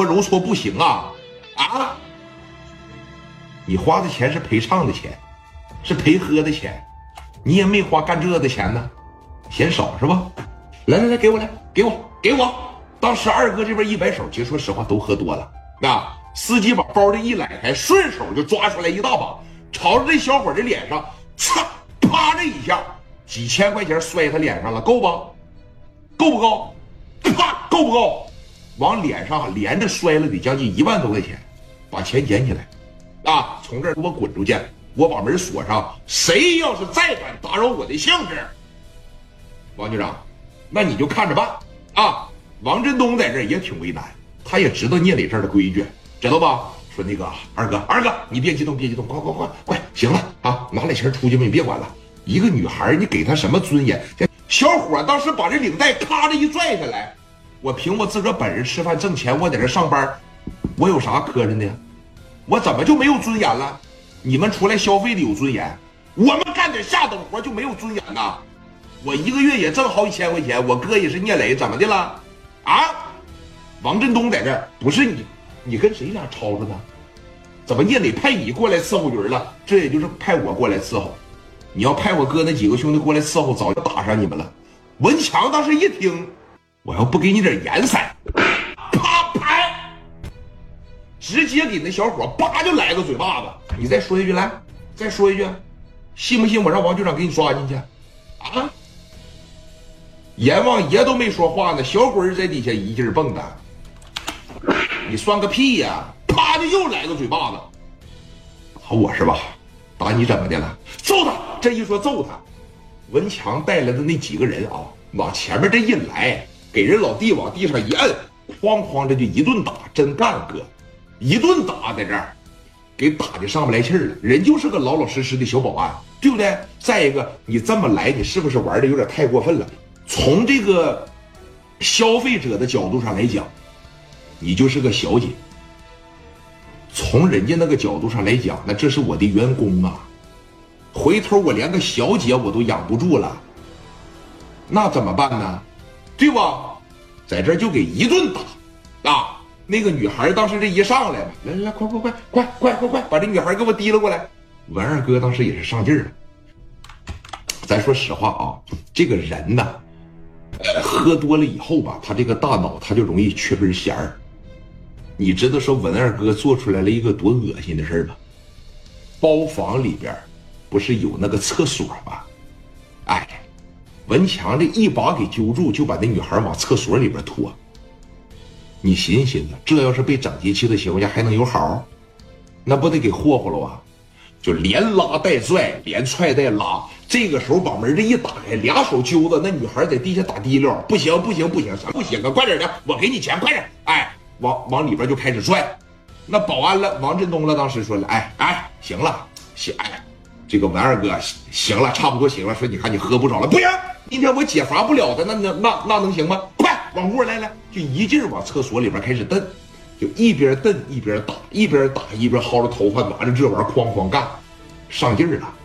揉搓不行啊啊！你花的钱是陪唱的钱，是陪喝的钱，你也没花干这的钱呢，嫌少是吧？来来来，给我来，给我！当时二哥这边一摆手，其实说实话都喝多了。啊，司机把包的一揽开，顺手就抓出来一大把，朝着这小伙的脸上，嚓，啪这一下，几千块钱摔他脸上了，够不？够不够？啪，够不够？往脸上连着摔了得将近1万多块钱，把钱捡起来，啊，从这儿给我滚出去，我把门锁上，谁要是再敢打扰我的兴致，王局长，那你就看着办啊！王振东在这儿也挺为难，他也知道聂磊这儿的规矩，知道吧？说那个二哥，你别激动，快，行了啊，拿来钱出去吧，你别管了。一个女孩，你给她什么尊严？小伙当时把这领带咔的一拽下来，我凭我自个本事吃饭挣钱，我在这上班，我有啥磕碜的呀？我怎么就没有尊严了？你们出来消费的有尊严，我们干点下等活就没有尊严呐？我一个月也挣好几千块钱，我哥也是聂磊，怎么的了？啊，王振东在这儿，不是你跟谁俩吵着呢？怎么聂磊派你过来伺候人了？这也就是派我过来伺候。你要派我哥那几个兄弟过来伺候，早就打上你们了。文强当时一听，我要不给你点颜色，啪拍，直接给那小伙叭就来个嘴巴子。你再说一句，来，再说一句，信不信我让王局长给你抓进去？啊！阎王爷都没说话呢，小鬼在底下一劲蹦跶。你算个屁呀！啪就又来个嘴巴子。打我是吧？打你怎么的了？揍他！这一说揍他，文强带来的那几个人啊，往前面这一来，给人老弟往地上一摁，哐哐这就一顿打，真干哥，一顿打在这儿，给打的上不来气儿了。人就是个老老实实的小保安，对不对？再一个，你这么来，你是不是玩的有点太过分了？从这个消费者的角度上来讲，你就是个小姐；从人家那个角度上来讲，那这是我的员工啊。回头我连个小姐我都养不住了，那怎么办呢？对吧？在这就给一顿打啊！那个女孩当时这一上来，来，快，把这女孩给我提了过来。文二哥当时也是上劲儿了。咱说实话啊，这个人呢，喝多了以后吧，他这个大脑他就容易缺根弦儿。你知道说文二哥做出来了一个多恶心的事吗？包房里边不是有那个厕所吗？哎，文强这一把给揪住，就把那女孩往厕所里边拖。你寻思，这要是被整进去的情况下还能有好？那不得给霍霍了啊！就连拉带拽，连踹带拉。这个时候把门这一打开，俩手揪着那女孩在地下打滴溜，不行，啥不行啊？快点的，我给你钱，快点！哎，往里边就开始拽。那保安了，王振东了，当时说了，哎，行了，哎，这个文二哥行了，差不多行了。说你看你喝不着了，不行，今天我解罚不了的，那能行吗？快往屋来，就一劲儿往厕所里边开始蹬，就一边蹬一边打，一边薅着头发，拿着这玩意儿哐哐干，上劲儿了。